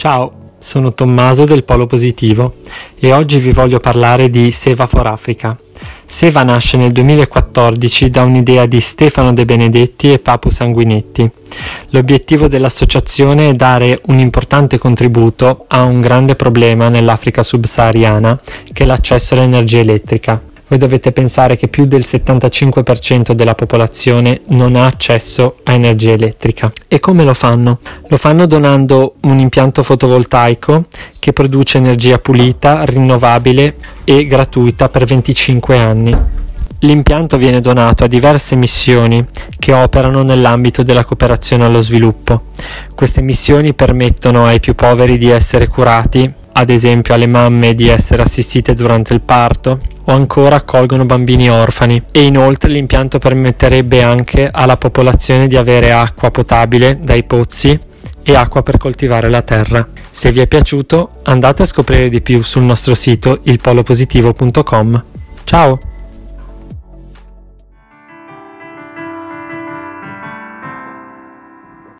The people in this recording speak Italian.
Ciao, sono Tommaso del Polo Positivo e oggi vi voglio parlare di Seva for Africa. Seva nasce nel 2014 da un'idea di Stefano De Benedetti e Papu Sanguinetti. L'obiettivo dell'associazione è dare un importante contributo a un grande problema nell'Africa subsahariana, che è l'accesso all'energia elettrica. Voi dovete pensare che più del 75% della popolazione non ha accesso a energia elettrica. E come lo fanno? Lo fanno donando un impianto fotovoltaico che produce energia pulita, rinnovabile e gratuita per 25 anni. L'impianto viene donato a diverse missioni che operano nell'ambito della cooperazione allo sviluppo. Queste missioni permettono ai più poveri di essere curati, ad esempio alle mamme di essere assistite durante il parto, o ancora accolgono bambini orfani, e inoltre l'impianto permetterebbe anche alla popolazione di avere acqua potabile dai pozzi e acqua per coltivare la terra. Se vi è piaciuto, andate a scoprire di più sul nostro sito ilpolopositivo.com. Ciao!